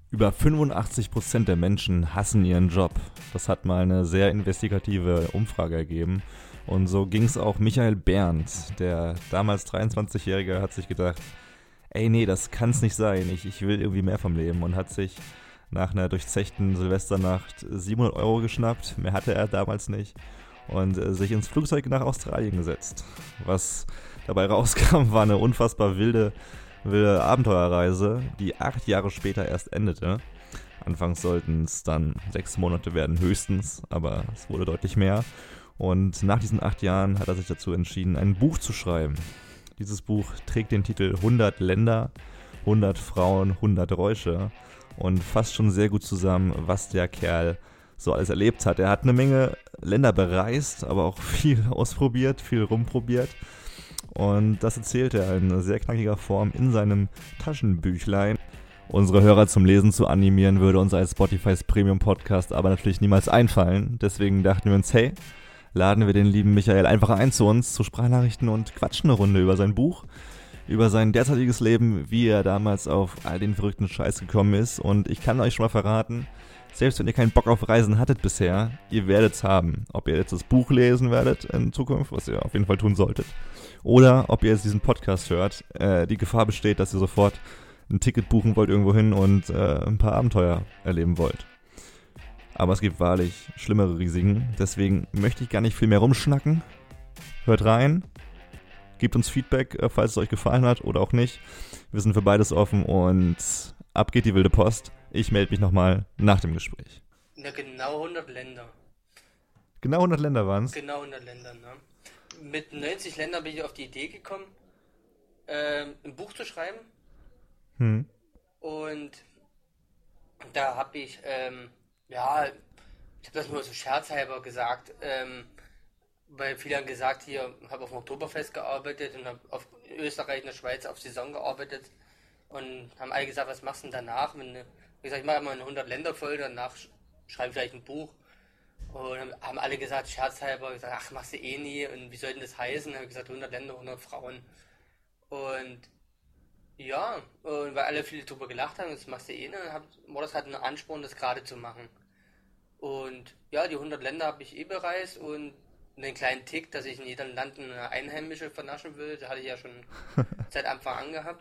Über 85% der Menschen hassen ihren Job. Das hat mal eine sehr investigative Umfrage ergeben. Und so ging es auch Michael Berndt. Der damals 23-Jährige hat sich gedacht, ey nee, das kann's nicht sein. Ich will irgendwie mehr vom Leben. Und hat sich nach einer durchzechten Silvesternacht 700 Euro geschnappt. Mehr hatte er damals nicht. Und sich ins Flugzeug nach Australien gesetzt. Was dabei rauskam, war eine unfassbar wilde Abenteuerreise, die 8 Jahre später erst endete. Anfangs sollten es dann 6 Monate werden, höchstens, aber es wurde deutlich mehr. Und nach diesen 8 Jahren hat er sich dazu entschieden, ein Buch zu schreiben. Dieses Buch trägt den Titel 100 Länder, 100 Frauen, 100 Räusche und fasst schon sehr gut zusammen, was der Kerl so alles erlebt hat. Er hat eine Menge Länder bereist, aber auch viel ausprobiert, viel rumprobiert. Und das erzählt er in sehr knackiger Form in seinem Taschenbüchlein. Unsere Hörer zum Lesen zu animieren, würde uns als Spotifys Premium-Podcast aber natürlich niemals einfallen. Deswegen dachten wir uns, hey, laden wir den lieben Michael einfach ein zu uns, zu Sprachnachrichten und quatschen eine Runde über sein Buch, über sein derzeitiges Leben, wie er damals auf all den verrückten Scheiß gekommen ist. Und ich kann euch schon mal verraten, selbst wenn ihr keinen Bock auf Reisen hattet bisher, ihr werdet es haben. Ob ihr jetzt das Buch lesen werdet in Zukunft, was ihr auf jeden Fall tun solltet, oder ob ihr jetzt diesen Podcast hört, die Gefahr besteht, dass ihr sofort ein Ticket buchen wollt irgendwo hin und ein paar Abenteuer erleben wollt. Aber es gibt wahrlich schlimmere Risiken, deswegen möchte ich gar nicht viel mehr rumschnacken. Hört rein, gebt uns Feedback, falls es euch gefallen hat oder auch nicht. Wir sind für beides offen und ab geht die wilde Post. Ich melde mich nochmal nach dem Gespräch. Na, genau 100 Länder. Genau 100 Länder waren es? Genau 100 Länder, ne? Mit 90 Ländern bin ich auf die Idee gekommen, ein Buch zu schreiben. Und da habe ich, ich habe das nur so scherzhalber gesagt, weil viele haben gesagt, hier, habe auf dem Oktoberfest gearbeitet und habe auf Österreich in der Schweiz auf Saison gearbeitet und haben alle gesagt, was machst du denn danach? Ich mache mal eine 100 Länder voll, danach schreibe ich vielleicht ein Buch. Und haben alle gesagt, scherzhalber, gesagt, ach, machst du eh nie und wie soll denn das heißen? Habe ich gesagt, 100 Länder, 100 Frauen. Und ja, und weil alle viele drüber gelacht haben, das machst du eh nicht, war das halt ein Ansporn, das gerade zu machen. Und ja, die 100 Länder habe ich bereist und einen kleinen Tick, dass ich in jedem Land eine Einheimische vernaschen will, das hatte ich ja schon seit Anfang an gehabt.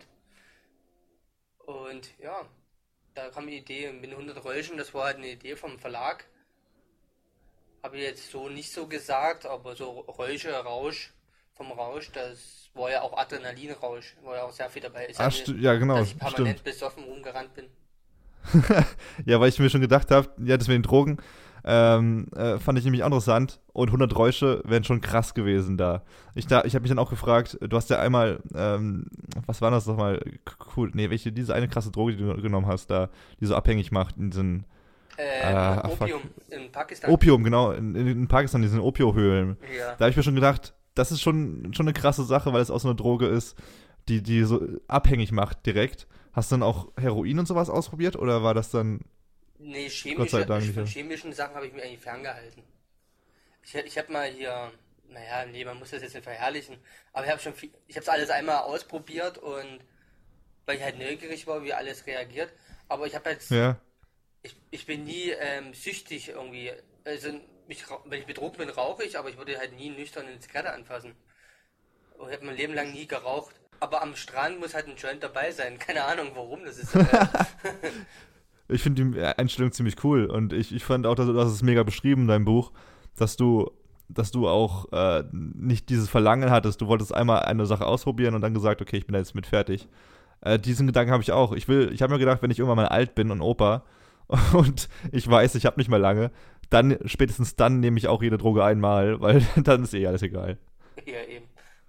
Und ja, da kam die Idee mit den 100 Räuschen, das war halt eine Idee vom Verlag. Habe ich jetzt so nicht so gesagt, aber so Räusche, Rausch, vom Rausch, das war ja auch Adrenalinrausch, war ja auch sehr viel dabei. Ja, genau, dass ich permanent besoffen rumgerannt bin. Ja, weil ich mir schon gedacht habe, ja, das mit den Drogen fand ich nämlich auch interessant und 100 Räusche wären schon krass gewesen da. Ich habe mich dann auch gefragt, du hast ja einmal, was war das nochmal, cool, diese eine krasse Droge, die du genommen hast da, die so abhängig macht, in diesen Opium in Pakistan. Opium, genau, in Pakistan, diese Opiohöhlen. Ja. Da habe ich mir schon gedacht, das ist schon eine krasse Sache, weil es auch so eine Droge ist, die so abhängig macht direkt. Hast du dann auch Heroin und sowas ausprobiert oder war das dann... Nee, Gott sei Dank nicht, von ja. chemischen Sachen habe ich mich eigentlich ferngehalten. Ich habe mal hier, naja, nee, man muss das jetzt nicht verherrlichen, aber ich habe es alles einmal ausprobiert und weil ich halt neugierig war, wie alles reagiert, aber ich habe jetzt, Ja. ich bin nie süchtig irgendwie, also wenn ich betrunken bin, rauche ich, aber ich würde halt nie nüchtern eine Zigarette anfassen. Und ich habe mein Leben lang nie geraucht. Aber am Strand muss halt ein Joint dabei sein. Keine Ahnung, warum das ist. Ich finde die Einstellung ziemlich cool und ich fand auch, du hast es mega beschrieben in deinem Buch, dass du auch nicht dieses Verlangen hattest. Du wolltest einmal eine Sache ausprobieren und dann gesagt, okay, ich bin da jetzt mit fertig. Diesen Gedanken habe ich auch. Ich habe mir gedacht, wenn ich irgendwann mal alt bin und Opa und ich weiß, ich habe nicht mehr lange, dann, spätestens dann nehme ich auch jede Droge einmal, weil dann ist alles egal. Ja, eben.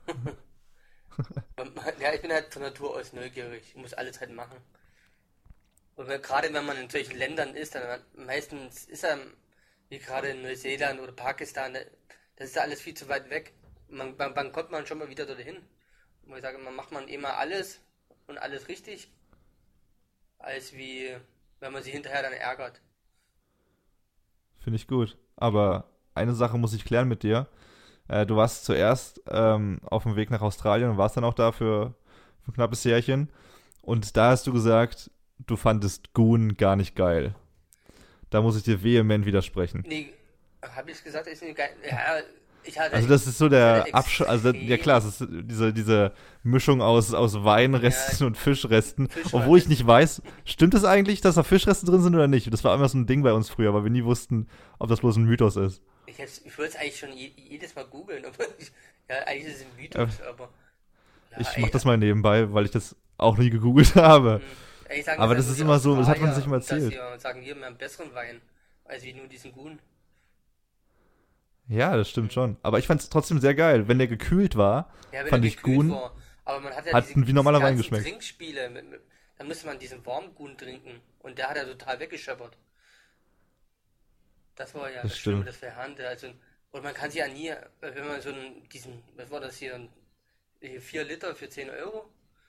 Ja, ich bin halt von Natur aus neugierig. Ich muss alles halt machen. Und gerade wenn man in solchen Ländern ist, dann meistens ist er, wie gerade in Neuseeland oder Pakistan, das ist ja alles viel zu weit weg. Wann kommt man schon mal wieder dorthin? Und ich sage, man macht man immer alles und alles richtig, als wie wenn man sich hinterher dann ärgert. Finde ich gut. Aber eine Sache muss ich klären mit dir. Du warst zuerst auf dem Weg nach Australien und warst dann auch da für ein knappes Jährchen. Und da hast du gesagt, du fandest Goon gar nicht geil. Da muss ich dir vehement widersprechen. Nee, habe ich gesagt, ist nicht geil. Ja, ich hatte, Also das ist so ich hatte der Abschluss, also ja klar, extrem, es ist diese Mischung aus ja, Weinresten und Fischresten. Fisch war Obwohl ich das. nicht weiß, stimmt es eigentlich, dass da Fischreste drin sind oder nicht? Das war immer so ein Ding bei uns früher, weil wir nie wussten, ob das bloß ein Mythos ist. Ich würde es eigentlich schon jedes Mal googeln, aber ja, eigentlich ist es ein Äh, Mythos, aber ja, Ich mach das mal nebenbei, weil ich das auch nie gegoogelt habe. ey, sagen das Aber ja das nur ist die immer so, das hat man Australier sich immer und das erzählt. hier sagen wir haben besseren Wein, als wie nur diesen Gun. Ja, das stimmt schon. Aber ich fand es trotzdem sehr geil. Wenn der gekühlt war, Ja, wenn er fand ich gekühlt Goon, war. Aber man hat ja hat wie diese normaler Wein ganzen geschmeckt. Trinkspiele. Da müsste man diesen Warmgun trinken. Und der hat ja total weggescheppert. Das war ja Das das Schlimme, stimmt. das Verhand. Also, und man kann sich ja nie, wenn man so diesen, was war das hier, 4 Liter für 10 Euro?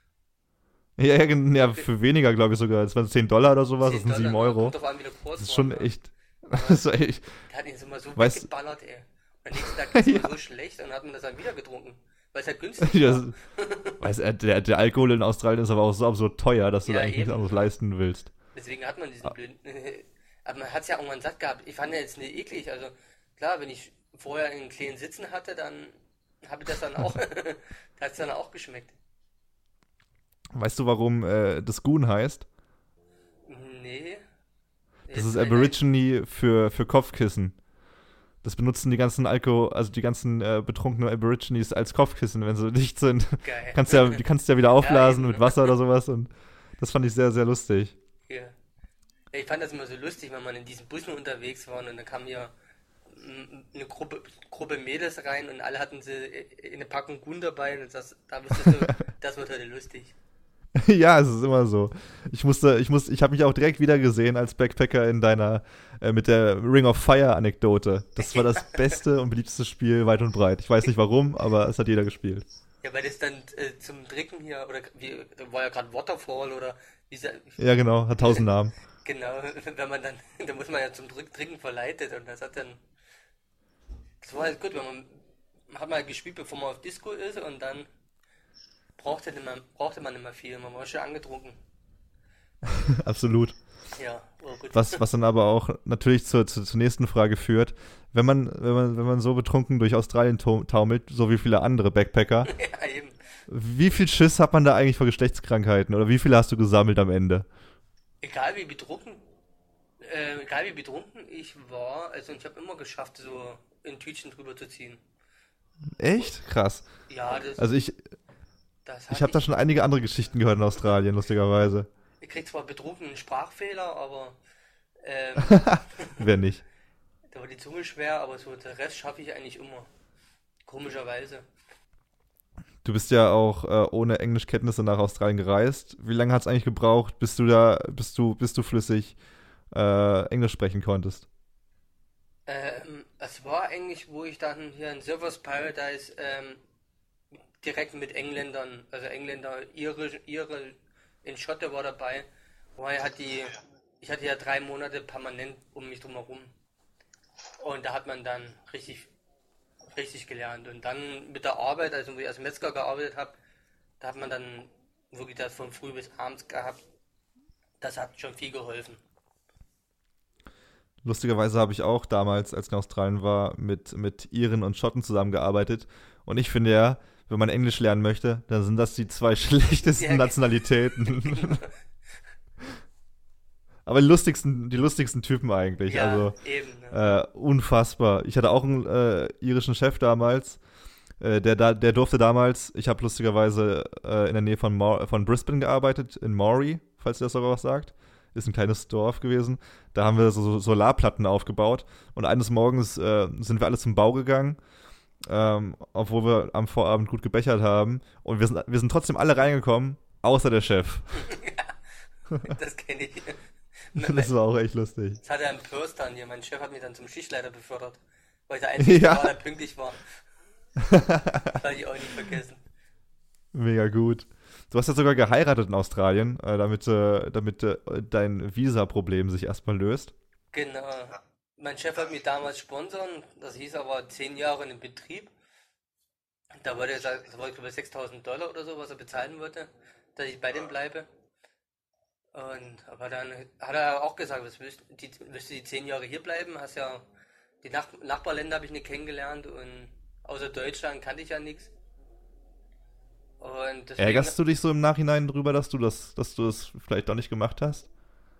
Ja, ja, ja, für weniger, glaube ich sogar. Es waren $10 oder sowas, das 10 sind Dollar, 7 ne? Kommt Euro. drauf an, wie der Das Kurs ist war, schon ne? echt. Aber Das ist echt. der hat ihn so mal so Weißt weggeballert, ey. Und am nächsten Tag ist ja, immer so schlecht und dann hat man das dann wieder getrunken. Weil es halt günstig das, war. der Alkohol in Australien ist aber auch so absurd teuer, dass du da Ja, eigentlich nichts eben. anderes leisten willst. Deswegen hat man diesen Ah, blöden. Aber man hat es ja irgendwann satt gehabt. Ich fand ja jetzt nicht eklig. Also klar, wenn ich vorher einen kleinen Sitzen hatte, dann habe ich das dann auch. Da hat es dann auch geschmeckt. Weißt du, warum das Goon heißt? Nee. Das Jetzt ist nein. Aborigine für Kopfkissen. Das benutzen die ganzen also die ganzen betrunkenen Aborigines als Kopfkissen, wenn sie dicht sind. Geil. Die kannst du ja wieder Ja, aufblasen eben. mit Wasser oder sowas und das fand ich sehr, sehr lustig. Ja. Ich fand das immer so lustig, wenn man in diesen Bussen unterwegs war und dann kam hier eine Gruppe Mädels rein und alle hatten sie eine Packung Gun dabei und da wusstest du, das wird heute lustig. Ja, es ist immer so. Ich habe mich auch direkt wieder gesehen als Backpacker in deiner, mit der Ring of Fire Anekdote. Das war das beste und beliebteste Spiel weit und breit. Ich weiß nicht warum, aber es hat jeder gespielt. Ja, weil das dann zum Trinken hier, oder wie, da war ja gerade Waterfall oder Ja, genau, hat tausend Namen. genau, wenn man dann, da muss man ja zum Trinken verleitet und das war halt gut, wenn man hat mal gespielt, bevor man auf Disco ist und dann brauchte man nicht mehr viel, man war schon angetrunken. Absolut. Ja, war gut. Was dann aber auch natürlich zur nächsten Frage führt. Wenn man so betrunken durch Australien taumelt, so wie viele andere Backpacker, Ja, eben. wie viel Schiss hat man da eigentlich vor Geschlechtskrankheiten? Oder wie viele hast du gesammelt am Ende? Egal wie betrunken, egal wie betrunken ich war, also ich habe immer geschafft, so ein Tütchen drüber zu ziehen. Echt? Krass. Ja, Also das ich hatte habe da ich. schon einige andere Geschichten gehört in Australien, lustigerweise. Ich krieg zwar betrunken einen Sprachfehler, aber ähm, Wer nicht? da war die Zunge schwer, aber so der Rest schaffe ich eigentlich immer. Komischerweise. Du bist ja auch ohne Englischkenntnisse nach Australien gereist. Wie lange hat es eigentlich gebraucht, bis du flüssig Englisch sprechen konntest? Es war eigentlich, wo ich dann hier in Surfers Paradise direkt mit Engländern, also Engländer, Ihre in Schotte war dabei. Weil ich hatte ja 3 Monate permanent um mich drum herum. Und da hat man dann richtig gelernt. Und dann mit der Arbeit, also wo ich als Metzger gearbeitet habe, da hat man dann wirklich das von früh bis abends gehabt. Das hat schon viel geholfen. Lustigerweise habe ich auch damals, als ich in Australien war, mit Iren und Schotten zusammengearbeitet. Und ich finde ja, wenn man Englisch lernen möchte, dann sind das die zwei schlechtesten Ja, genau. Nationalitäten. Aber die lustigsten Typen eigentlich. Ja, Also eben. Ne? unfassbar. Ich hatte auch einen irischen Chef damals. Der durfte damals, ich habe lustigerweise in der Nähe von Brisbane gearbeitet, in Moree, falls ihr das sogar was sagt. Ist ein kleines Dorf gewesen. Da haben wir so Solarplatten aufgebaut. Und eines Morgens sind wir alle zum Bau gegangen, obwohl wir am Vorabend gut gebechert haben. Und wir sind trotzdem alle reingekommen, außer der Chef. Das kenne ich. Das war auch echt lustig. Das hat er im Perth dann hier. Mein Chef hat mich dann zum Schichtleiter befördert, weil ich der Einzige war, der Ja, pünktlich war. Das werde ich auch nicht vergessen. mega gut. Du hast ja sogar geheiratet in Australien, damit dein Visa-Problem sich erstmal löst. Genau. Mein Chef hat mich damals sponsern, das hieß aber 10 Jahre in Betrieb. Da wollte er, das war ich glaube $6.000 oder so, was er bezahlen wollte, dass ich bei dem bleibe. Aber dann hat er auch gesagt, willst du die 10 Jahre hier bleiben? Hast ja die Nachbarländer habe ich nicht kennengelernt und außer Deutschland kannte ich ja nichts. Und deswegen, Ärgerst du dich so im Nachhinein drüber, dass du das vielleicht doch nicht gemacht hast?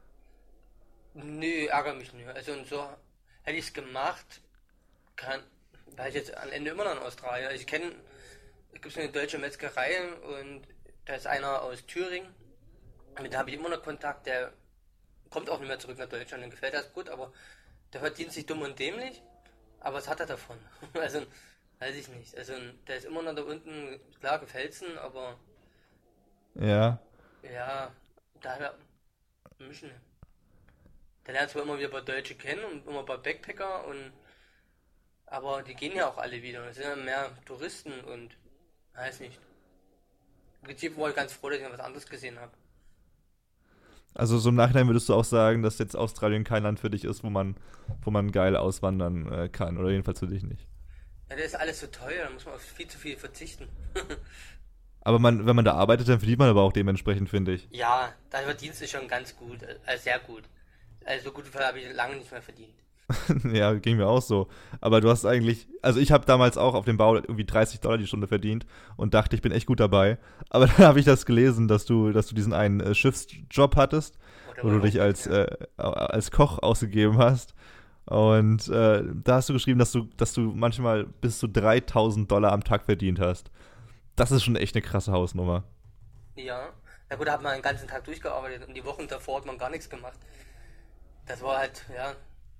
nö, ärgere mich nicht. Also und so hätte ich es gemacht, kann, wäre ich jetzt am Ende immer noch in Australien. Ich kenne, es gibt so eine deutsche Metzgerei und da ist einer aus Thüringen. Mit dem habe ich immer noch Kontakt, der kommt auch nicht mehr zurück nach Deutschland, dem gefällt das gut, aber der verdient sich dumm und dämlich, aber was hat er davon? Also, weiß ich nicht. Also, der ist immer noch da unten, klar, gefällt's, aber Ja. ja, daher mischen. Der lernt zwar immer wieder ein paar Deutsche kennen und immer ein paar Backpacker aber die gehen ja auch alle wieder. Es sind ja mehr Touristen und weiß nicht. Im Prinzip war ich ganz froh, dass ich noch was anderes gesehen habe. Also so im Nachhinein würdest du auch sagen, dass jetzt Australien kein Land für dich ist, wo man geil auswandern kann. Oder jedenfalls für dich nicht. Ja, das ist alles so teuer, da muss man auf viel zu viel verzichten. Aber wenn man da arbeitet, dann verdient man aber auch dementsprechend, finde ich. Ja, da verdienst du schon ganz gut, sehr gut. Also so gut habe ich lange nicht mehr verdient. Ja, ging mir auch so. Aber du hast eigentlich, also ich habe damals auch auf dem Bau irgendwie $30 die Stunde verdient und dachte, ich bin echt gut dabei. Aber dann habe ich das gelesen, dass du diesen einen Schiffsjob hattest, Oder wo du dich ja. als Koch ausgegeben hast. Und da hast du geschrieben, dass du manchmal bis zu $3.000 am Tag verdient hast. Das ist schon echt eine krasse Hausnummer. Ja. Na gut, da hat man den ganzen Tag durchgearbeitet und die Wochen davor hat man gar nichts gemacht. Das war halt, ja,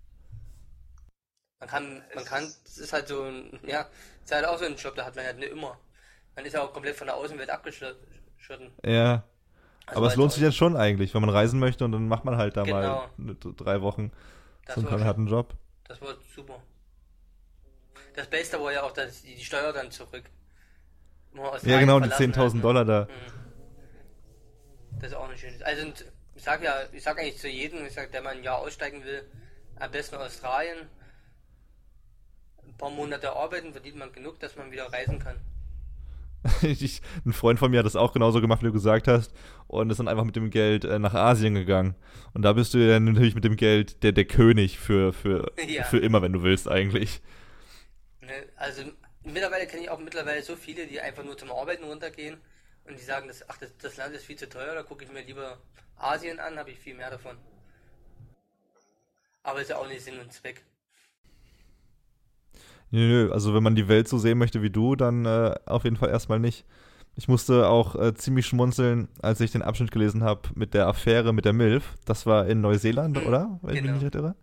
das ist halt so ein, ja, ist halt auch so ein Job, da hat man halt nicht immer. Man ist ja auch komplett von der Außenwelt abgeschnitten. Ja, Das aber war es jetzt lohnt auch sich dann nicht. schon eigentlich, wenn man reisen möchte und dann macht man halt da mal Genau, 3 Wochen so das einen war schon, knallharten Job. das war super. Das Beste war ja auch, dass die Steuer dann zurück, wenn man Ja, Australien genau, die verlassen hat, zehntausend ne? Dollar da. Mhm. Das ist auch nicht schön. Also ich sag eigentlich zu jedem, der mal ein Jahr aussteigen will, am besten Australien, ein paar Monate arbeiten, verdient man genug, dass man wieder reisen kann. Ein Freund von mir hat das auch genauso gemacht, wie du gesagt hast, und ist dann einfach mit dem Geld nach Asien gegangen. Und da bist du ja natürlich mit dem Geld der König Ja, für immer, wenn du willst, eigentlich. ne, also mittlerweile kenne ich auch mittlerweile so viele, die einfach nur zum Arbeiten runtergehen und die sagen, das Land ist viel zu teuer, da gucke ich mir lieber Asien an, habe ich viel mehr davon. Aber ist ja auch nicht Sinn und Zweck. Nö, also wenn man die Welt so sehen möchte wie du, dann auf jeden Fall erstmal nicht. Ich musste auch ziemlich schmunzeln, als ich den Abschnitt gelesen habe mit der Affäre mit der MILF. Das war in Neuseeland, oder? Wenn ich mich Genau. nicht irre.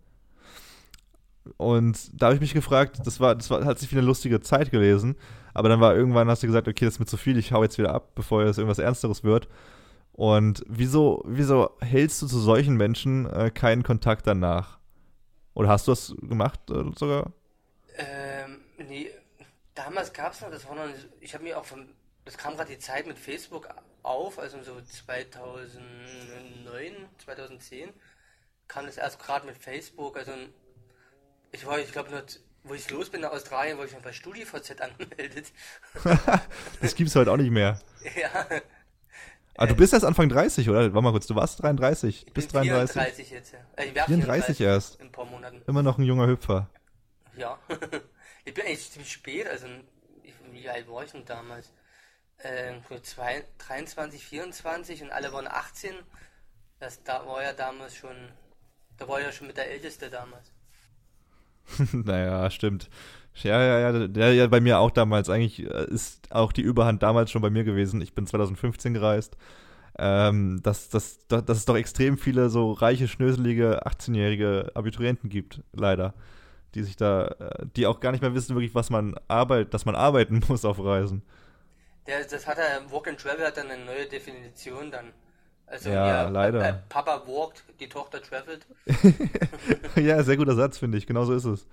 Und da habe ich mich gefragt, hat sich wie eine lustige Zeit gelesen, aber dann war irgendwann, hast du gesagt, okay, das ist mir zu viel, ich hau jetzt wieder ab, bevor es irgendwas Ernsteres wird. Und wieso hältst du zu solchen Menschen keinen Kontakt danach? Oder hast du das gemacht sogar? Nee, damals gab es noch, ich habe mir auch das kam gerade die Zeit mit Facebook auf, also so 2009, 2010 kam das erst gerade mit Facebook, also ich glaube nur, wo ich los bin nach Australien, wurde ich noch bei StudiVZ angemeldet. Das gibt's heute auch nicht mehr. Ja, Aber du äh, bist erst Anfang 30, oder? Warte mal kurz, du warst 33, ich bis bin 33, 34 jetzt. Ja. Ich werde 34 34 erst. in ein paar Monaten. Immer noch ein junger Hüpfer. Ja, ich bin eigentlich ziemlich spät, also wie alt war ich denn damals? So 23, 24 und alle waren 18. Da war ja damals schon, da war ja schon mit der Älteste damals. Naja, stimmt. Ja, bei mir auch damals. Eigentlich ist auch die Überhand damals schon bei mir gewesen. Ich bin 2015 gereist. Dass es doch extrem viele so reiche, schnöselige 18-jährige Abiturienten gibt, leider. Die auch gar nicht mehr wissen wirklich, dass man arbeiten muss auf Reisen. Das hat er, Walk and Travel hat dann eine neue Definition dann. Also Ja, ja, leider. Papa walked, die Tochter traveled. Ja, sehr guter Satz, finde ich. Genau so ist es.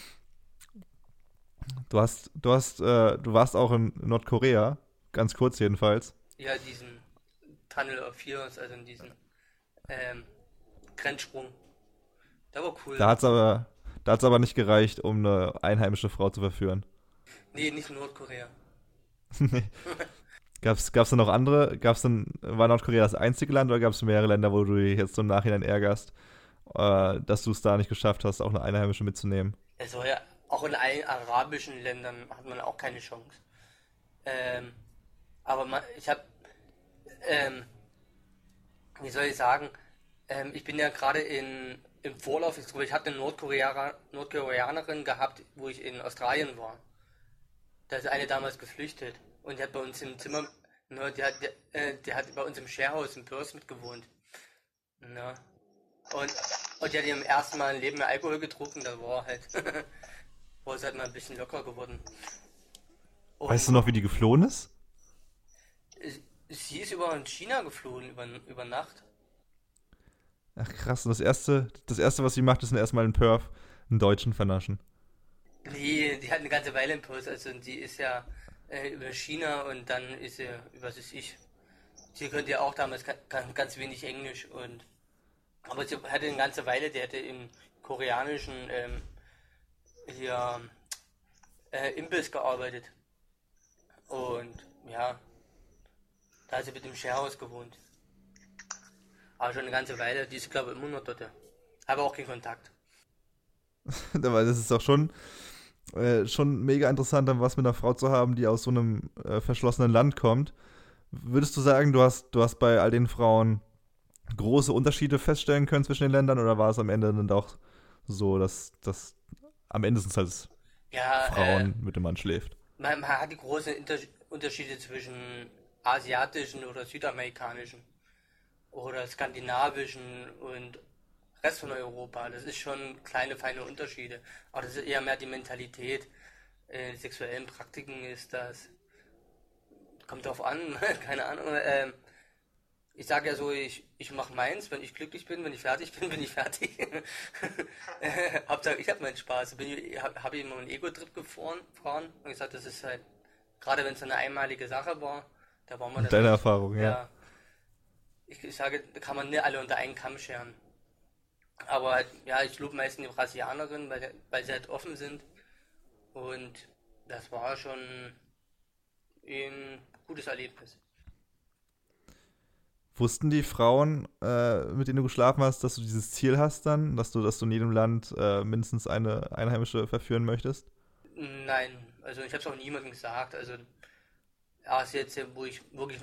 Du warst auch in Nordkorea, ganz kurz jedenfalls. Ja, diesen Tunnel of Fears, also in diesen ähm, Grenzsprung. Der war cool. Da hat's aber, da hat's aber nicht gereicht, um eine einheimische Frau zu verführen. Nee, nicht in Nordkorea. Gab's da noch andere? War Nordkorea das einzige Land oder gab es mehrere Länder, wo du dich jetzt so im Nachhinein ärgerst, dass du es da nicht geschafft hast, auch eine Einheimische mitzunehmen? Es war ja auch in allen arabischen Ländern hat man auch keine Chance. Ähm, aber ich habe, ähm, wie soll ich sagen, ich bin ja gerade im Vorlauf, ich hatte eine Nordkoreanerin gehabt, wo ich in Australien war. Da ist eine damals geflüchtet und die hat bei uns im Zimmer, ne, die hat bei uns im Sharehouse in Perth mitgewohnt. Ne? Und, und die hat ihrem ersten Mal im Leben mehr Alkohol getrunken, da war es halt mal ein bisschen locker geworden. Weißt du Und noch, wie die geflohen ist? sie ist über China geflogen, über Nacht. Ach krass, und das erste, was sie macht, ist dann erstmal in Perth einen Deutschen vernaschen. Nee, die hat eine ganze Weile im Post, also die ist ja über China und dann ist sie, was weiß ich, sie konnte ja auch damals ganz wenig Englisch und aber sie hatte eine ganze Weile, die hatte im koreanischen hier Imbiss gearbeitet und ja, da hat sie mit dem Sharehouse gewohnt. Aber schon eine ganze Weile, die ist glaube ich immer noch dort. Aber auch keinen Kontakt. Weil das ist auch schon mega interessant, dann was mit einer Frau zu haben, die aus so einem verschlossenen Land kommt. Würdest du sagen, du hast bei all den Frauen große Unterschiede feststellen können zwischen den Ländern oder war es am Ende dann doch so, dass am Ende sind es halt Ja, Frauen, mit denen man schläft? man hat die großen Unterschiede zwischen asiatischen oder südamerikanischen oder skandinavischen und Rest von Europa. Das ist schon kleine, feine Unterschiede. Aber das ist eher mehr die Mentalität. Die sexuellen Praktiken ist das. Kommt drauf an, keine Ahnung. Ich sage ja so, ich mache meins, wenn ich glücklich bin, wenn ich fertig bin, bin ich fertig. Hauptsache, ich habe meinen Spaß. Habe ich immer einen Ego-Trip gefahren und gesagt, das ist halt, gerade wenn es eine einmalige Sache war, da war man Mit dann deiner nicht, Erfahrung, ja. ja, ich sage, da kann man nicht alle unter einen Kamm scheren. Aber halt, ja, ich lobe meistens die Brasilianerinnen, weil sie halt offen sind und das war schon ein gutes Erlebnis. Wussten die Frauen, mit denen du geschlafen hast, dass du dieses Ziel hast dann, dass du in jedem Land mindestens eine Einheimische verführen möchtest? Nein, also ich habe es auch niemandem gesagt. Also erst jetzt, wo ich wirklich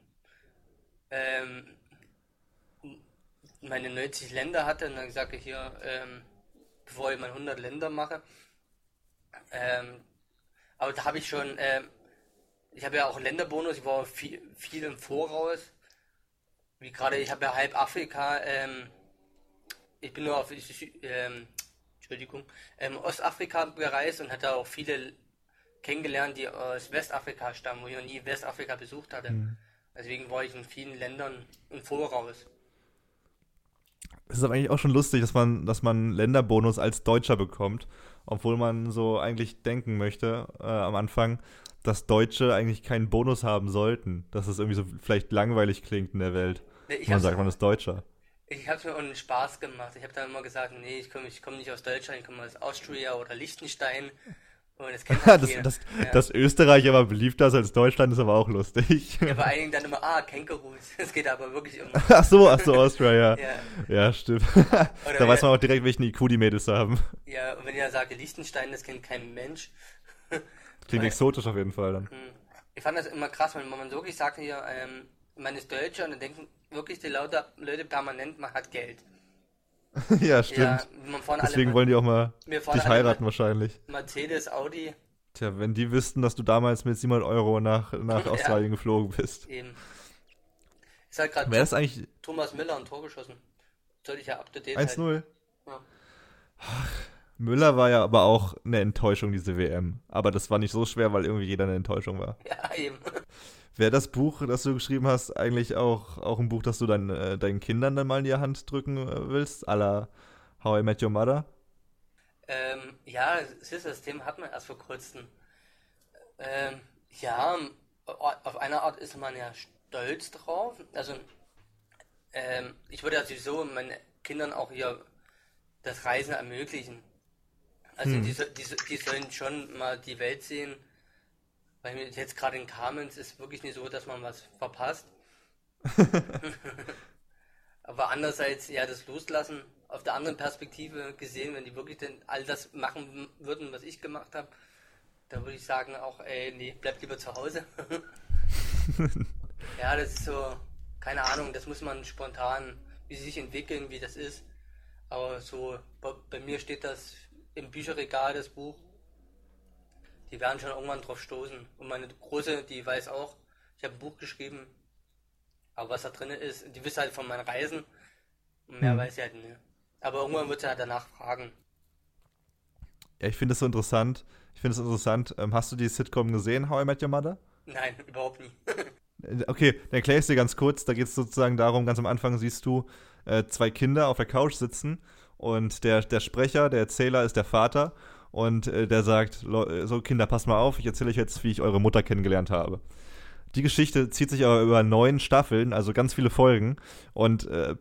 ähm, meine 90 Länder hatte und dann gesagt, hier, bevor ich mal 100 Länder mache. Ähm, aber da habe ich schon, ich habe ja auch einen Länderbonus, ich war viel im Voraus. Wie gerade, ich habe ja halb Afrika, ich bin nur auf Entschuldigung, Ostafrika gereist und hatte auch viele kennengelernt, die aus Westafrika stammen, wo ich noch nie Westafrika besucht hatte. Hm. Deswegen war ich in vielen Ländern im Voraus. Es ist aber eigentlich auch schon lustig, dass man Länderbonus als Deutscher bekommt, obwohl man so eigentlich denken möchte am Anfang, dass Deutsche eigentlich keinen Bonus haben sollten. Dass es irgendwie so vielleicht langweilig klingt in der Welt. Nee, Und man sagt, man ist Deutscher. ich hab's mir auch einen Spaß gemacht. Ich habe dann immer gesagt, nee, ich komm nicht aus Deutschland, ich komme aus Austria oder Liechtenstein. Und das kennt halt Das, jeder. das, Ja. dass Österreich aber beliebter ist als Deutschland, ist aber auch lustig. Ja, bei einigen dann immer, Kängurus. Das geht aber wirklich immer. Ach so, Austria, ja. Ja. Ja, stimmt. Oder Da weiß man auch direkt, welchen IQ die Mädels haben. ja, und wenn ihr sagt, Liechtenstein, das kennt kein Mensch. Klingt Weil, exotisch auf jeden Fall dann. ich fand das immer krass, wenn man wirklich sagt, hier, man ist Deutscher und dann denken wirklich die Leute permanent, man hat Geld. Ja, Ja, stimmt. man fahren Deswegen alle, wollen die auch mal wir fahren dich alle heiraten wahrscheinlich. Mercedes, Audi, Tja, wenn die wüssten, dass du damals mit 700 € nach ja, Australien geflogen bist. eben. Ist halt gerade Wäre das eigentlich Thomas Müller ein Tor geschossen. Sollte ich ja up to date halten. 1-0? Ja. Müller war ja aber auch eine Enttäuschung, diese WM. Aber das war nicht so schwer, weil irgendwie jeder eine Enttäuschung war. Ja, eben. Wäre das Buch, das du geschrieben hast, eigentlich auch ein Buch, das du deinen Kindern dann mal in die Hand drücken willst? À la How I Met Your Mother? Ja, das Thema hat man erst vor kurzem. Ja, auf eine Art ist man ja stolz drauf. Also, ich würde ja sowieso meinen Kindern auch hier das Reisen ermöglichen. Also, Hm. die sollen schon mal die Welt sehen. Weil jetzt gerade in Kamenz ist wirklich nicht so, dass man was verpasst. Aber andererseits, ja, das Loslassen, auf der anderen Perspektive gesehen, wenn die wirklich denn all das machen würden, was ich gemacht habe, da würde ich sagen auch, ey, nee, bleib lieber zu Hause. Ja, das ist so, keine Ahnung, das muss man spontan, wie sie sich entwickeln, wie das ist. Aber so, bei mir steht das im Bücherregal, das Buch. Die werden schon irgendwann drauf stoßen. Und meine Große, die weiß auch, ich habe ein Buch geschrieben, aber was da drin ist, die wisst halt von meinen Reisen. Und mehr Hm. weiß sie halt nicht. Aber irgendwann wird sie halt danach fragen. Ja, ich finde es so interessant. Ich finde es interessant. Hast du die Sitcom gesehen, How I Met Your Mother? Nein, überhaupt nicht. Okay, dann erkläre ich es dir ganz kurz. Da geht es sozusagen darum, ganz am Anfang siehst du zwei Kinder auf der Couch sitzen und der Sprecher, der Erzähler ist der Vater und der sagt, so Kinder, passt mal auf, ich erzähle euch jetzt, wie ich eure Mutter kennengelernt habe. Die Geschichte zieht sich aber über 9 Staffeln, also ganz viele Folgen. Und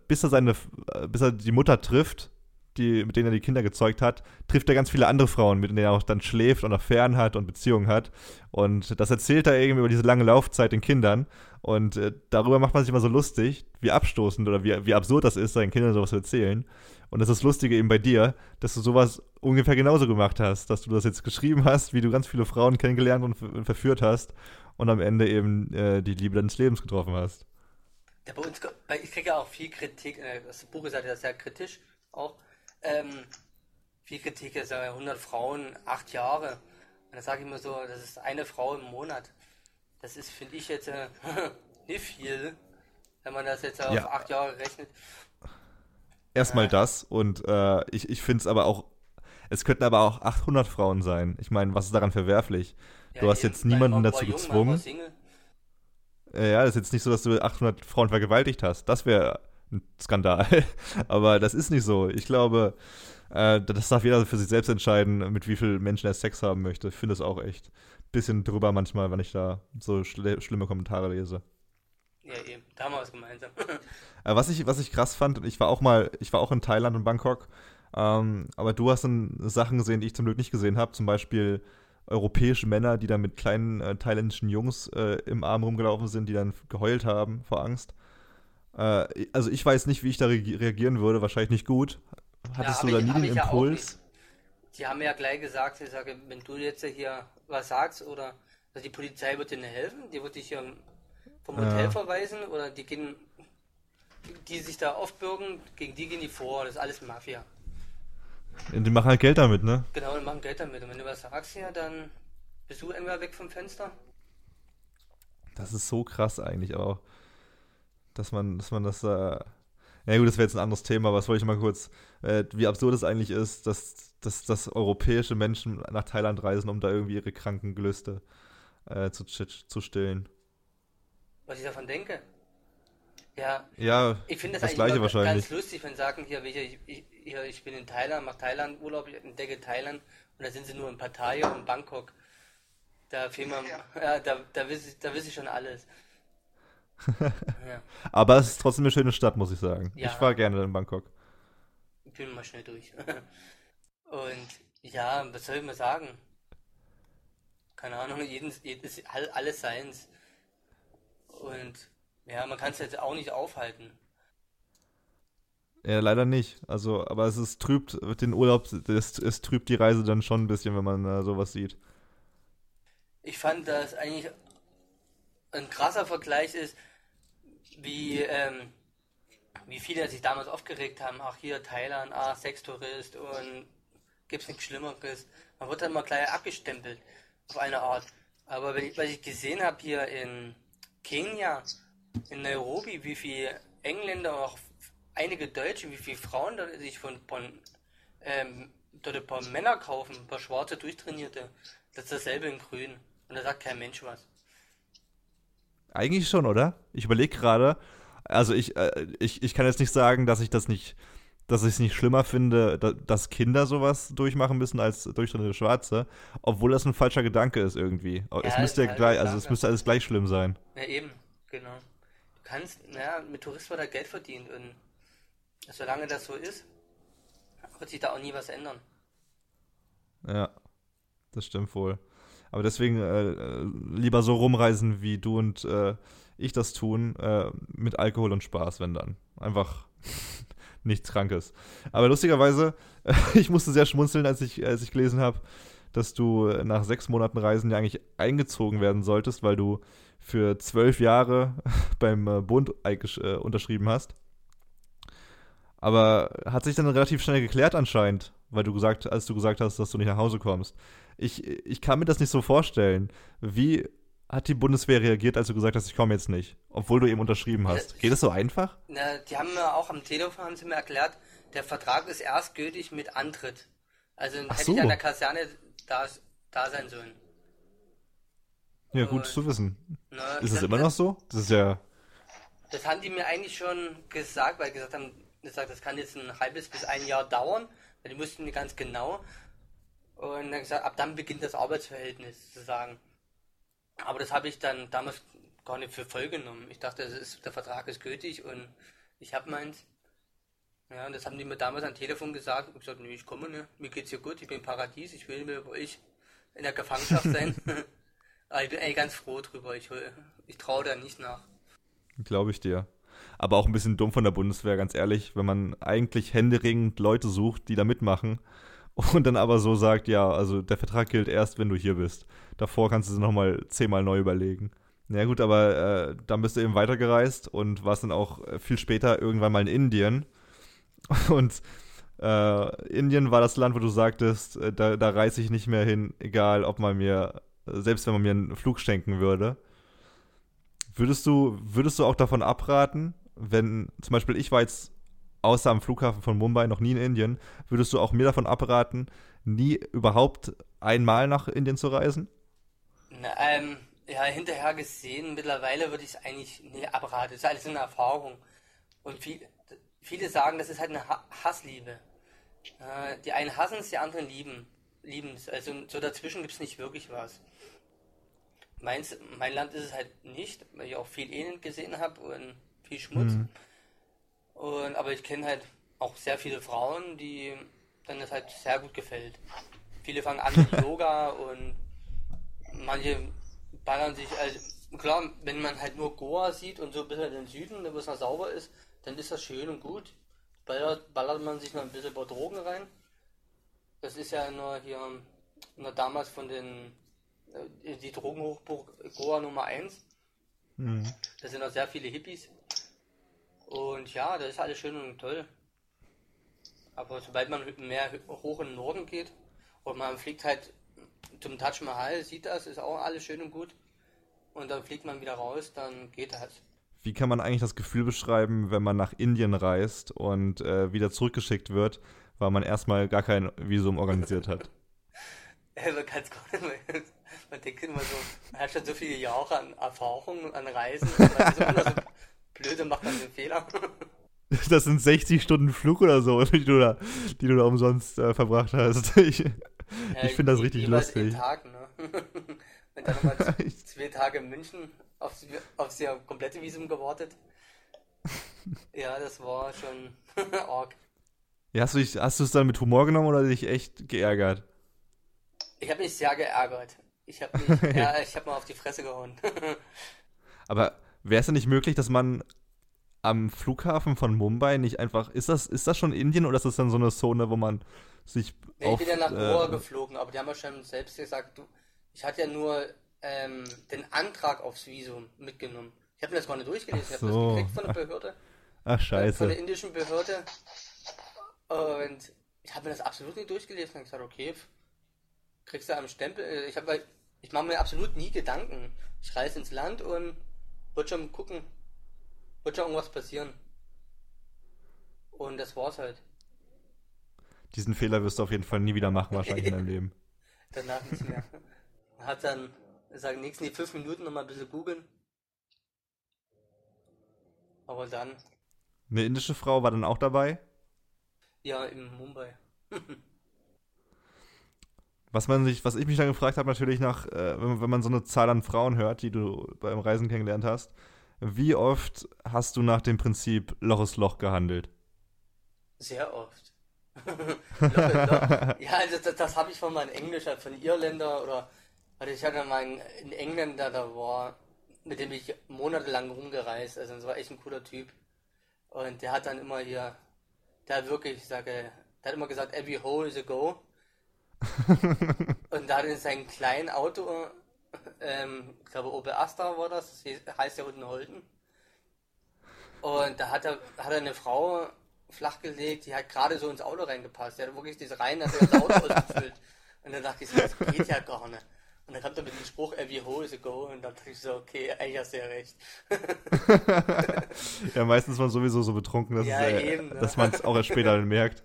bis er die Mutter trifft, mit denen er die Kinder gezeugt hat, trifft er ganz viele andere Frauen, mit denen er auch dann schläft und Affären hat und Beziehungen hat. Und das erzählt er eben über diese lange Laufzeit den Kindern. Und darüber macht man sich immer so lustig, wie abstoßend oder wie absurd das ist, seinen Kindern sowas zu erzählen. Und das ist das Lustige eben bei dir, dass du sowas ungefähr genauso gemacht hast, dass du das jetzt geschrieben hast, wie du ganz viele Frauen kennengelernt und verführt hast und am Ende eben die Liebe deines Lebens getroffen hast. Ja, weil ich kriege ja auch viel Kritik, das Buch ist halt ja sehr kritisch auch. Ähm, Viel Kritik ist ja 100 Frauen, 8 Jahre. Und da sage ich mir so, das ist eine Frau im Monat. Das ist, finde ich jetzt nicht viel, wenn man das jetzt auf Ja, 8 Jahre rechnet. erstmal Äh, das und ich finde es aber auch, es könnten aber auch 800 Frauen sein. Ich meine, was ist daran verwerflich? ja, Du hast eben, jetzt weil niemanden man war dazu jung, man war gezwungen. Single. Ja, das ist jetzt nicht so, dass du 800 Frauen vergewaltigt hast. Das wäre ein Skandal. Aber das ist nicht so. Ich glaube, das darf jeder für sich selbst entscheiden, mit wie vielen Menschen er Sex haben möchte. Ich finde es auch echt ein bisschen drüber manchmal, wenn ich da so schlimme Kommentare lese. Ja, eben, da haben wir was gemeinsam. Was ich krass fand, ich war auch in Thailand und Bangkok, aber du hast dann Sachen gesehen, die ich zum Glück nicht gesehen habe, zum Beispiel europäische Männer, die dann mit kleinen thailändischen Jungs im Arm rumgelaufen sind, die dann geheult haben vor Angst. Also ich weiß nicht, wie ich da reagieren würde, wahrscheinlich nicht gut. Ja, Hattest du da nie hab den ich ja auch nicht. Impuls? Die haben ja gleich gesagt, ich sage, wenn du jetzt hier was sagst oder also die Polizei wird dir nicht helfen, die wird dich hier vom Hotel Ja. verweisen oder die sich da aufbürgen, gegen die gehen die vor, das ist alles Mafia. Die machen halt Geld damit, ne? Genau, die machen Geld damit. Und wenn du was sagst hier, dann bist du entweder weg vom Fenster. Das ist so krass eigentlich auch, dass man das ja gut, das wäre jetzt ein anderes Thema, aber das wollte ich mal kurz, wie absurd es eigentlich ist, dass europäische Menschen nach Thailand reisen, um da irgendwie ihre kranken Gelüste zu stillen. Was ich davon denke. Ja, Ja, ich finde das das eigentlich immer gleiche ganz wahrscheinlich. lustig, wenn sagen, ich bin in Thailand, mache Thailand Urlaub, ich entdecke Thailand und da sind sie nur in Pattaya und Bangkok. Da fehlt man, ja, da weiß ich schon alles. Ja, Aber es ist trotzdem eine schöne Stadt, muss ich sagen. Ich war ja, gerne in Bangkok. ich bin mal schnell durch. Und ja, was soll ich mal sagen? Keine Ahnung, alles seins. Und ja, man kann es jetzt auch nicht aufhalten. Ja, leider nicht. Also, aber es trübt den Urlaub, es trübt die Reise dann schon ein bisschen, wenn man sowas sieht. Ich fand, dass eigentlich ein krasser Vergleich ist, wie, wie viele sich damals aufgeregt haben. Ach, hier Thailand, Sextourist und gibt's nichts Schlimmeres. Man wird dann mal gleich abgestempelt auf eine Art. Aber was ich gesehen habe hier in Kenia, in Nairobi, wie viele Engländer und auch einige Deutsche, wie viele Frauen da sich dort ein paar Männer kaufen, ein paar schwarze Durchtrainierte. Das ist dasselbe in Grün. Und da sagt kein Mensch was. Eigentlich schon, oder? Ich überlege gerade. Also ich kann jetzt nicht sagen, dass ich es nicht schlimmer finde, dass Kinder sowas durchmachen müssen als durchschnittliche Schwarze, obwohl das ein falscher Gedanke ist irgendwie. Es Ja, das ist müsste ein ja halber gleich, also es Gedanke. müsste alles gleich schlimm sein. Ja, eben, genau. Du kannst, naja, mit Touristen wird da Geld verdient und solange das so ist, wird sich da auch nie was ändern. Ja, das stimmt wohl. Aber deswegen lieber so rumreisen, wie du und ich das tun, mit Alkohol und Spaß, wenn dann. Einfach nichts Krankes. Aber lustigerweise, ich musste sehr schmunzeln, als ich gelesen habe, dass du nach 6 Monaten Reisen ja eigentlich eingezogen werden solltest, weil du für 12 Jahre beim Bund unterschrieben hast. Aber hat sich dann relativ schnell geklärt anscheinend, weil als du gesagt hast, dass du nicht nach Hause kommst. Ich kann mir das nicht so vorstellen. Wie hat die Bundeswehr reagiert, als du gesagt hast, ich komme jetzt nicht, obwohl du eben unterschrieben hast? Geht es so einfach? Na, die haben mir auch am Telefon haben sie mir erklärt, der Vertrag ist erst gültig mit Antritt. Also Ach hätte so. ich an der Kaserne da sein sollen. Ja, gut Und zu wissen. na, Ist es immer noch so? Das ist ja. das haben die mir eigentlich schon gesagt, weil das kann jetzt ein halbes bis ein Jahr dauern, weil die wussten nicht ganz genau. Und dann gesagt, ab dann beginnt das Arbeitsverhältnis zu sagen. Aber das habe ich dann damals gar nicht für voll genommen. Ich dachte, der Vertrag ist gültig und ich habe meins. Ja, und das haben die mir damals am Telefon gesagt. Und ich gesagt, nee, ich komme nicht, mir geht's hier gut, ich bin im Paradies, ich will mir bei euch in der Gefangenschaft sein. Aber ich bin eigentlich ganz froh drüber, ich traue da nicht nach. Glaube ich dir. Aber auch ein bisschen dumm von der Bundeswehr, ganz ehrlich, wenn man eigentlich händeringend Leute sucht, die da mitmachen und dann aber so sagt, ja, also der Vertrag gilt erst, wenn du hier bist. Davor kannst du es nochmal 10-mal neu überlegen. Na gut, aber dann bist du eben weitergereist und warst dann auch viel später irgendwann mal in Indien. Und Indien war das Land, wo du sagtest, da reise ich nicht mehr hin, egal ob man mir, selbst wenn man mir einen Flug schenken würde. Würdest du auch davon abraten, wenn, zum Beispiel ich war jetzt außer am Flughafen von Mumbai noch nie in Indien, würdest du auch mir davon abraten, nie überhaupt einmal nach Indien zu reisen? Na, ja, hinterher gesehen, mittlerweile würde ich es eigentlich nie abraten. Das ist alles eine Erfahrung. Und viele sagen, das ist halt eine Hassliebe. Die einen hassen es, die anderen lieben es. Also so dazwischen gibt es nicht wirklich was. Mein Land ist es halt nicht, weil ich auch viel Elend gesehen habe und viel Schmutz. Mhm. Aber ich kenne halt auch sehr viele Frauen, die dann das halt sehr gut gefällt. Viele fangen an mit Yoga und manche ballern sich, also klar, wenn man halt nur Goa sieht und so ein bisschen den Süden, wo es noch sauber ist, dann ist das schön und gut. Ballert man sich noch ein bisschen ein paar Drogen rein. Das ist ja nur hier, nur damals von die Drogenhochburg Goa Nummer 1. Mhm. Da sind noch sehr viele Hippies. Und ja, das ist alles schön und toll. Aber sobald man mehr hoch in den Norden geht und man fliegt halt zum Taj Mahal, sieht das, ist auch alles schön und gut. Und dann fliegt man wieder raus, dann geht das. Wie kann man eigentlich das Gefühl beschreiben, wenn man nach Indien reist und wieder zurückgeschickt wird, weil man erstmal gar kein Visum organisiert hat? Man kann es gar nicht mehr. Man denkt immer so, man hat schon so viele Jahre an Erfahrung, an Reisen, und man ist immer so blöd und macht dann den Fehler. Das sind 60 Stunden Flug oder so, die du da umsonst verbracht hast. Ich finde das richtig lustig. Tag, ne? Und dann nochmal 2 Tage in München aufs komplette Visum gewartet. Ja, das war schon arg. Ja, hast du es dann mit Humor genommen oder dich echt geärgert? Ich habe mich sehr geärgert. Ich habe mal auf die Fresse gehauen. Aber wäre es denn nicht möglich, dass man am Flughafen von Mumbai nicht einfach, ist das schon Indien oder ist das dann so eine Zone, wo man sich Nee, ich bin ja nach Goa geflogen, aber die haben ja schon selbst gesagt, ich hatte ja nur den Antrag aufs Visum mitgenommen. Ich habe mir das gar nicht durchgelesen, ich habe das gekriegt von der Behörde, Ach scheiße. von der indischen Behörde, und ich habe mir das absolut nicht durchgelesen und gesagt, okay, kriegst du einen Stempel. Ich mache mir absolut nie Gedanken. Ich reise ins Land und wird schon gucken, wird schon irgendwas passieren. Und das war's halt. Diesen Fehler wirst du auf jeden Fall nie wieder machen, wahrscheinlich in deinem Leben. Danach nichts mehr. Man hat dann, sagen, nächsten 5 Minuten nochmal ein bisschen googeln. Aber dann, Eine indische Frau war dann auch dabei. ja, in Mumbai. Was ich mich dann gefragt habe, natürlich wenn man so eine Zahl an Frauen hört, die du beim Reisen kennengelernt hast, wie oft hast du nach dem Prinzip Loch ist Loch gehandelt? Sehr oft. Loch. Ja, also das habe ich von meinem Englischer, von Irländer oder Also ich hatte mal einen Engländer, da war, mit dem ich monatelang rumgereist, also das war echt ein cooler Typ. Und der hat dann immer hier, der hat wirklich, ich sage, der hat immer gesagt, every hole is a go. Und da hat er in seinem kleinen Auto, ich glaube Opel Astra war das heißt ja unten Holden. Und da hat er eine Frau flachgelegt, die hat gerade so ins Auto reingepasst. Die hat wirklich diese Reihen, hat er das Auto ausgefüllt. Und dann dachte ich so, das geht ja gar nicht. Und dann kommt er mit dem Spruch, every hole is a go. Und dann dachte ich so, okay, eigentlich hast du ja recht. Ja, meistens ist man sowieso so betrunken, Ja, eben, ne? dass man es auch erst später dann merkt.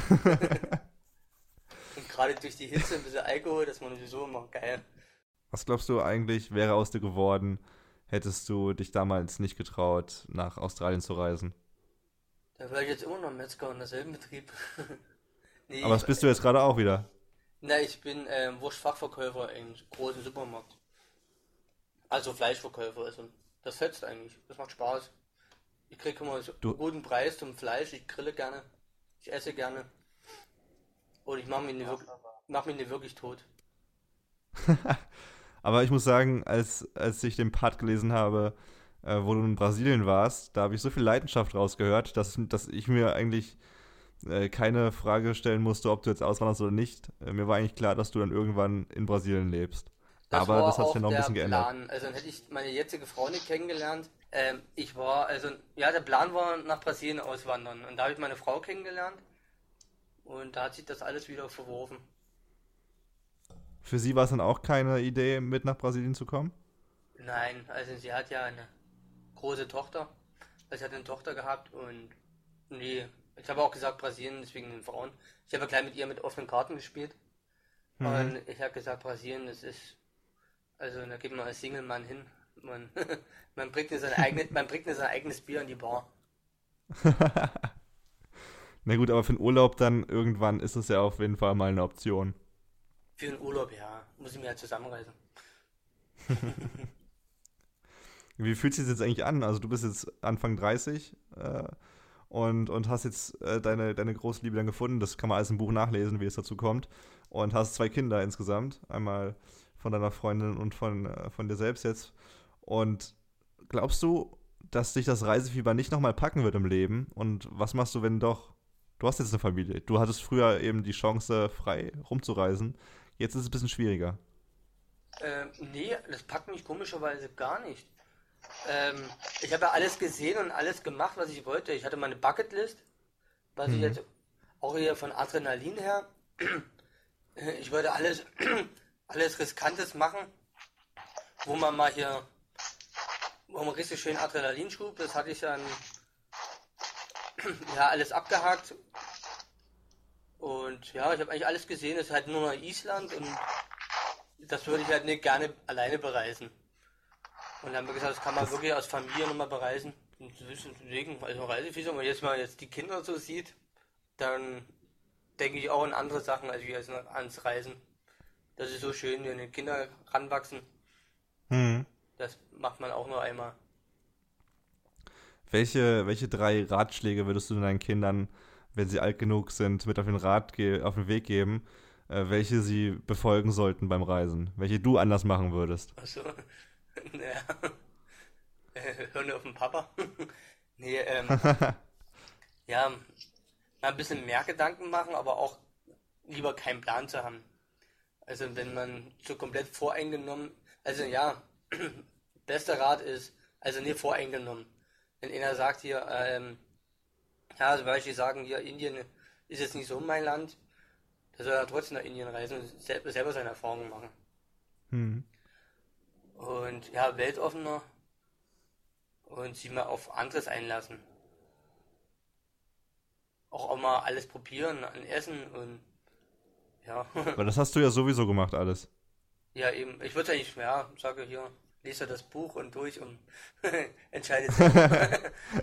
Und gerade durch die Hitze ein bisschen Alkohol, das man sowieso immer geil. Was glaubst du eigentlich, wäre aus dir geworden, hättest du dich damals nicht getraut, nach Australien zu reisen? Da wäre ich jetzt immer noch Metzger in derselben Betrieb. Nee, Aber das bist du jetzt gerade auch wieder. ich bin Wurstfachverkäufer im großen Supermarkt. Also Fleischverkäufer. Also das fetzt eigentlich. Das macht Spaß. Ich kriege immer so einen Du, guten Preis zum Fleisch. Ich grille gerne. Ich esse gerne. Und ich mach mich nicht wirklich tot. aber ich muss sagen, als ich den Part gelesen habe, wo du in Brasilien warst, da habe ich so viel Leidenschaft rausgehört, dass ich mir eigentlich keine Frage stellen musste, ob du jetzt auswanderst oder nicht. Mir war eigentlich klar, dass du dann irgendwann in Brasilien lebst. Das Aber das war hat sich ja auch noch ein der bisschen geändert. Plan. Also dann hätte ich meine jetzige Frau nicht kennengelernt. Ja, der Plan war nach Brasilien auswandern. Und da habe ich meine Frau kennengelernt. Und da hat sich das alles wieder verworfen. Für sie war es dann auch keine Idee, mit nach Brasilien zu kommen? Nein, also sie hat ja eine große Tochter. Also sie hat eine Tochter gehabt und nee, ich habe auch gesagt Brasilien, deswegen den Frauen. Ich habe ja gleich mit ihr mit offenen Karten gespielt. Mhm. Und ich habe gesagt, Brasilien, das ist, also da geht man als Single-Mann hin. Man, man bringt nicht sein eigenes Bier in die Bar. Na gut, aber für den Urlaub dann irgendwann ist es ja auf jeden Fall mal eine Option. Für den Urlaub, ja, muss ich mir halt zusammenreißen. Wie fühlt sich das jetzt eigentlich an? Also du bist jetzt Anfang 30 und hast jetzt deine große Liebe dann gefunden. Das kann man alles im Buch nachlesen, wie es dazu kommt. Und hast zwei Kinder insgesamt. Einmal von deiner Freundin und von dir selbst jetzt. Und glaubst du, dass dich das Reisefieber nicht nochmal packen wird im Leben? Und was machst du, wenn doch? Du hast jetzt eine Familie. Du hattest früher eben die Chance, frei rumzureisen. Jetzt ist es ein bisschen schwieriger. Nee, das packt mich komischerweise gar nicht. Ähm, Ich habe ja alles gesehen und alles gemacht, was ich wollte. Ich hatte meine Bucketlist, was ich Mhm. jetzt auch hier von Adrenalin her. Ich wollte alles, alles Riskantes machen, wo man mal hier, wo man richtig schön Adrenalin schub. Das hatte ich dann ja alles abgehakt. Und ja, ich habe eigentlich alles gesehen. Es ist halt nur noch Island und das würde ich halt nicht gerne alleine bereisen. Und dann haben wir gesagt, das kann man Das, wirklich als Familie nochmal bereisen. Und deswegen, also Reisevisum, wenn man jetzt mal jetzt die Kinder so sieht, dann denke ich auch an andere Sachen als wir als ans Reisen. Das ist so schön, wenn die Kinder ranwachsen. mhm. Das macht man auch nur einmal. Welche drei Ratschläge würdest du deinen Kindern, wenn sie alt genug sind, mit auf den Weg geben, welche sie befolgen sollten beim Reisen? Welche du anders machen würdest? Achso, naja, hör nur auf den Papa. Nee, ja, mal ein bisschen mehr Gedanken machen, aber auch lieber keinen Plan zu haben. Also wenn man so komplett voreingenommen, also ja, bester Rat ist, also nicht voreingenommen. Wenn einer sagt hier, ja, zum Beispiel sagen hier, Indien ist jetzt nicht so mein Land, da soll er trotzdem nach Indien reisen und selber seine Erfahrungen machen. Hm. Und ja, weltoffener und sich mal auf anderes einlassen. Auch mal alles probieren an Essen und ja, Aber das hast du ja sowieso gemacht alles. ja eben. Ich würde eigentlich, ja, sage hier, lese das Buch und durch und entscheide selber.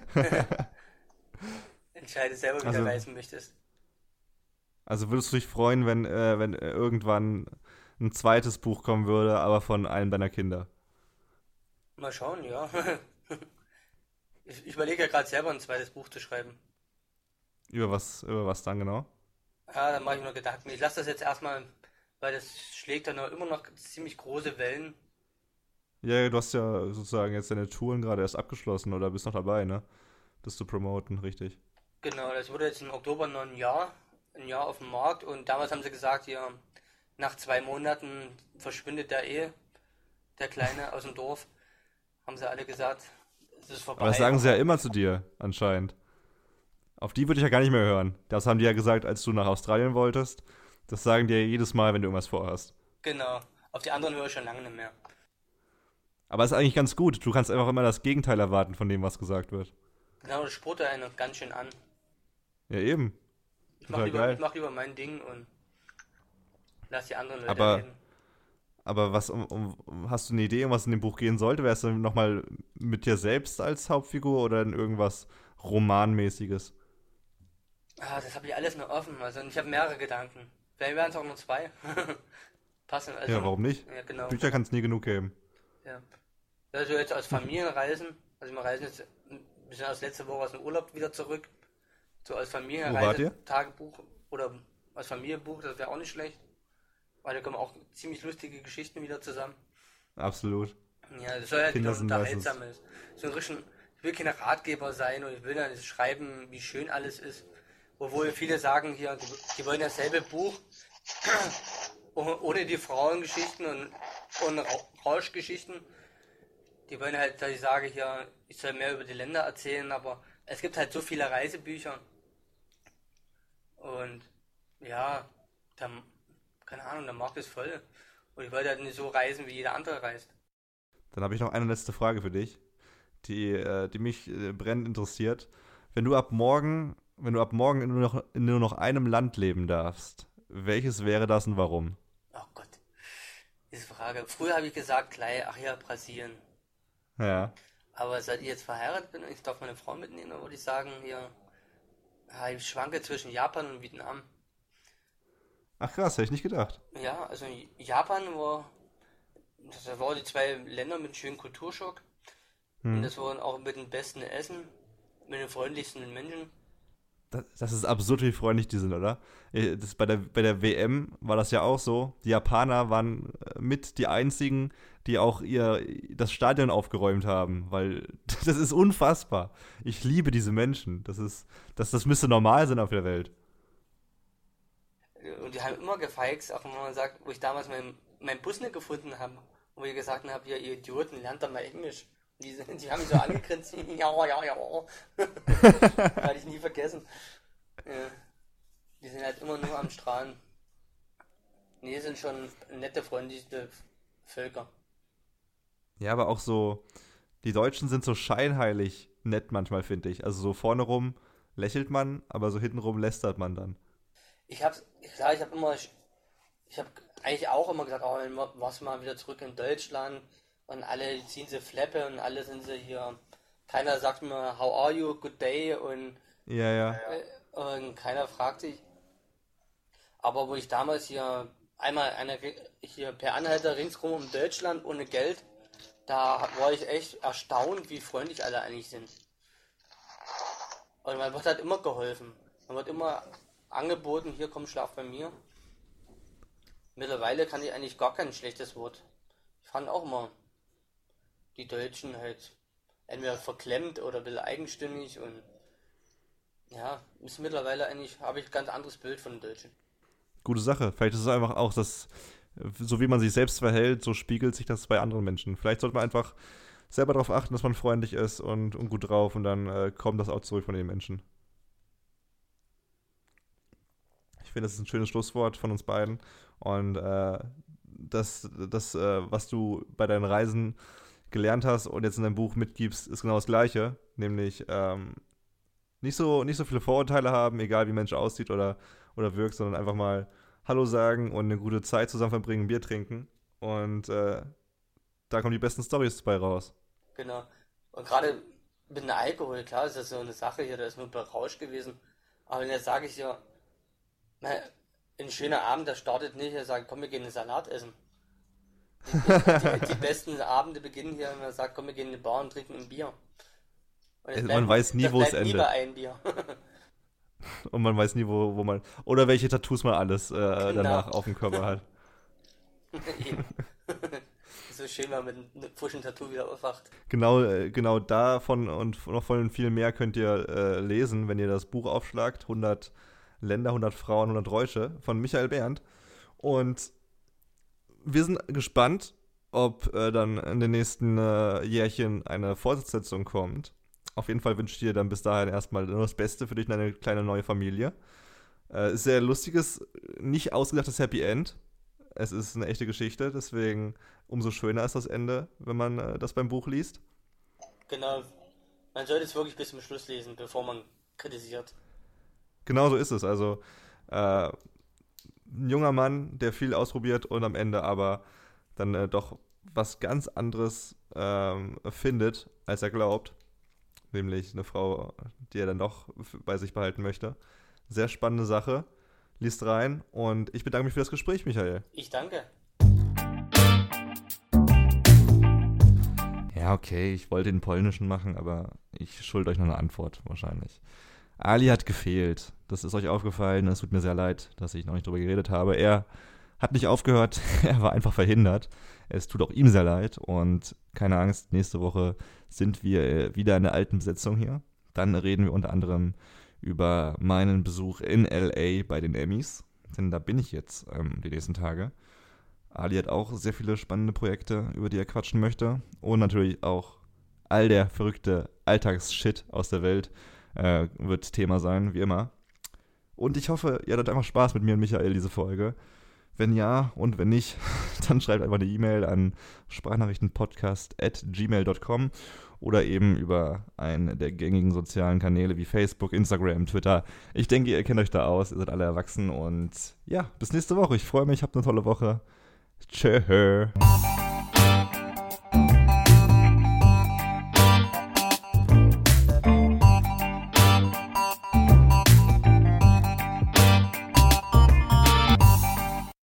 Entscheide selber, wie du Also, reisen möchtest. also würdest du dich freuen, wenn irgendwann ein zweites Buch kommen würde, aber von einem deiner Kinder? Mal schauen, ja. Ich überlege ja gerade selber ein zweites Buch zu schreiben. Über was dann genau? Ja, dann mache ich mir Gedanken. Ich lasse das jetzt erstmal weil das schlägt dann auch immer noch ziemlich große Wellen. Ja, du hast ja sozusagen jetzt deine Touren gerade erst abgeschlossen oder bist noch dabei, ne? Das zu promoten, richtig. Genau, das wurde jetzt im Oktober noch ein Jahr auf dem Markt und damals haben sie gesagt, ja, nach 2 Monaten verschwindet der Kleine aus dem Dorf. Haben sie alle gesagt, es ist Aber das vorbei. sagen sie ja immer zu dir, anscheinend. Auf die würde ich ja gar nicht mehr hören. Das haben die ja gesagt, als du nach Australien wolltest. Das sagen die ja jedes Mal, wenn du irgendwas vorhast. Genau, auf die anderen höre ich schon lange nicht mehr. Aber es ist eigentlich ganz gut. Du kannst einfach immer das Gegenteil erwarten von dem, was gesagt wird. Genau, das spornt einen ganz schön an. Ja, eben. Total Ich geil. mach lieber mein Ding und lass die anderen Leute Aber, reden. aber was, hast du eine Idee, um was in dem Buch gehen sollte? Wärst du nochmal mit dir selbst als Hauptfigur oder in irgendwas Romanmäßiges? Das habe ich alles noch offen. Also ich habe mehrere Gedanken. Vielleicht wären es auch nur zwei. Passen, Ja, also, warum nicht? ja genau. Bücher kann es nie genug geben. Ja. Also jetzt aus Familienreisen. Also wir reisen jetzt, wir sind aus letzter Woche aus dem Urlaub wieder zurück. So als Wo wart ihr? Familienreise-Tagebuch oder als Familienbuch, das wäre auch nicht schlecht. Weil da kommen auch ziemlich lustige Geschichten wieder zusammen. Absolut. Ja, das soll halt wieder Kinder sind meistens. unterhaltsam ist. So ein richtig, ich will kein Ratgeber sein und ich will dann nicht schreiben, wie schön alles ist. Obwohl viele sagen hier, die wollen dasselbe Buch ohne die Frauengeschichten und Rauschgeschichten. Die wollen halt, dass ich sage hier, ich soll mehr über die Länder erzählen, aber es gibt halt so viele Reisebücher. Und ja, da, keine Ahnung, der Markt ist voll. Und ich wollte halt nicht so reisen, wie jeder andere reist. Dann habe ich noch eine letzte Frage für dich, die mich brennend interessiert. Wenn du ab morgen in nur noch einem Land leben darfst, welches wäre das und warum? Oh Gott, diese Frage. Früher habe ich gesagt, gleich, ach ja, Brasilien. Ja. Aber seit ich jetzt verheiratet bin und ich darf meine Frau mitnehmen, dann würde ich sagen, hier, ja, ich schwanke zwischen Japan und Vietnam. Ach krass, hätte ich nicht gedacht. Ja, also Japan das waren die zwei Länder mit einem schönen Kulturschock. Und Hm. das waren auch mit dem besten Essen, mit den freundlichsten Menschen. Das ist absurd, wie freundlich die sind, oder? Bei der WM war das ja auch so. Die Japaner waren mit die einzigen, die auch das Stadion aufgeräumt haben, weil das ist unfassbar. Ich liebe diese Menschen. Das müsste normal sein auf der Welt. Und die haben immer gefeixt, auch wenn man sagt, wo ich damals meinen Bus nicht gefunden habe. Wo ich gesagt habe, ja, ihr Idioten, lernt doch mal Englisch. Die haben mich so angegrinst. Ja, ja, ja. Werde ich nie vergessen. Ja, die sind halt immer nur am Strahlen. Die sind schon nette, freundliche Völker. Ja, aber auch so, die Deutschen sind so scheinheilig nett manchmal, finde ich. Also so vorne rum lächelt man, aber so hintenrum lästert man dann. Ich habe, klar, ich habe eigentlich auch immer gesagt, oh, dann warst du mal wieder zurück in Deutschland und alle ziehen sie Fleppe und alle sind sie hier. Keiner sagt mir, how are you, good day Ja, ja. und keiner fragt sich. Aber wo ich damals hier einmal hier per Anhalter ringsrum um Deutschland ohne Geld, da war ich echt erstaunt, wie freundlich alle eigentlich sind. Und man wird halt immer geholfen. Man wird immer angeboten, hier komm, schlaf bei mir. Mittlerweile kann ich eigentlich gar kein schlechtes Wort. Ich fand auch immer die Deutschen halt entweder verklemmt oder ein bisschen eigenstimmig und ja, ist mittlerweile eigentlich, habe ich ein ganz anderes Bild von den Deutschen. Gute Sache. Vielleicht ist es einfach auch das, so wie man sich selbst verhält, so spiegelt sich das bei anderen Menschen. Vielleicht sollte man einfach selber darauf achten, dass man freundlich ist und gut drauf und dann kommt das auch zurück von den Menschen. Ich finde, das ist ein schönes Schlusswort von uns beiden. Und was du bei deinen Reisen gelernt hast und jetzt in deinem Buch mitgibst, ist genau das Gleiche. Nämlich nicht so viele Vorurteile haben, egal wie ein Mensch aussieht oder wirkt, sondern einfach mal Hallo sagen und eine gute Zeit zusammen verbringen, ein Bier trinken. Und da kommen die besten Storys bei raus. Genau. Und gerade mit dem Alkohol, klar, ist das so eine Sache hier, da ist nur berauscht gewesen. Aber wenn jetzt sage ich ja, na, ein schöner Abend, der startet nicht, er sagt, komm, wir gehen einen Salat essen. Die besten Abende beginnen hier, wenn man sagt, komm, wir gehen in die Bar und trinken ein Bier. Und Man weiß nie, das wo es bleibt nie bei endet. einem Bier. Und man weiß nie, wo man. Oder welche Tattoos man alles Genau. danach auf dem Körper hat. Eben. So schön, wenn man mit einem frischen Tattoo wieder aufwacht. Genau davon und noch von viel mehr könnt ihr lesen, wenn ihr das Buch aufschlagt. 100 Länder, 100 Frauen, 100 Räusche von Michael Berndt. Und wir sind gespannt, ob dann in den nächsten Jährchen eine Fortsetzung kommt. Auf jeden Fall wünsche ich dir dann bis dahin erstmal nur das Beste für dich und deine kleine neue Familie. Sehr lustiges, nicht ausgedachtes Happy End. Es ist eine echte Geschichte, deswegen umso schöner ist das Ende, wenn man das beim Buch liest. Genau. Man sollte es wirklich bis zum Schluss lesen, bevor man kritisiert. Genau so ist es. Also ein junger Mann, der viel ausprobiert und am Ende aber dann doch was ganz anderes findet, als er glaubt. Nämlich eine Frau, die er dann doch bei sich behalten möchte. Sehr spannende Sache. Liest rein und ich bedanke mich für das Gespräch, Michael. Ich danke. Ja, okay, ich wollte den polnischen machen, aber ich schulde euch noch eine Antwort wahrscheinlich. Ali hat gefehlt. Das ist euch aufgefallen. Es tut mir sehr leid, dass ich noch nicht drüber geredet habe. Er hat nicht aufgehört. Er war einfach verhindert. Es tut auch ihm sehr leid. Und keine Angst, nächste Woche sind wir wieder in der alten Besetzung hier. Dann reden wir unter anderem über meinen Besuch in L.A. bei den Emmys. Denn da bin ich jetzt die nächsten Tage. Ali hat auch sehr viele spannende Projekte, über die er quatschen möchte. Und natürlich auch all der verrückte Alltagsshit aus der Welt wird Thema sein, wie immer. Und ich hoffe, ihr hattet einfach Spaß mit mir und Michael diese Folge. Wenn ja und wenn nicht, dann schreibt einfach eine E-Mail an sprachnachrichtenpodcast@gmail.com oder eben über einen der gängigen sozialen Kanäle wie Facebook, Instagram, Twitter. Ich denke, ihr kennt euch da aus, ihr seid alle erwachsen und ja, bis nächste Woche. Ich freue mich, habt eine tolle Woche. Tschö.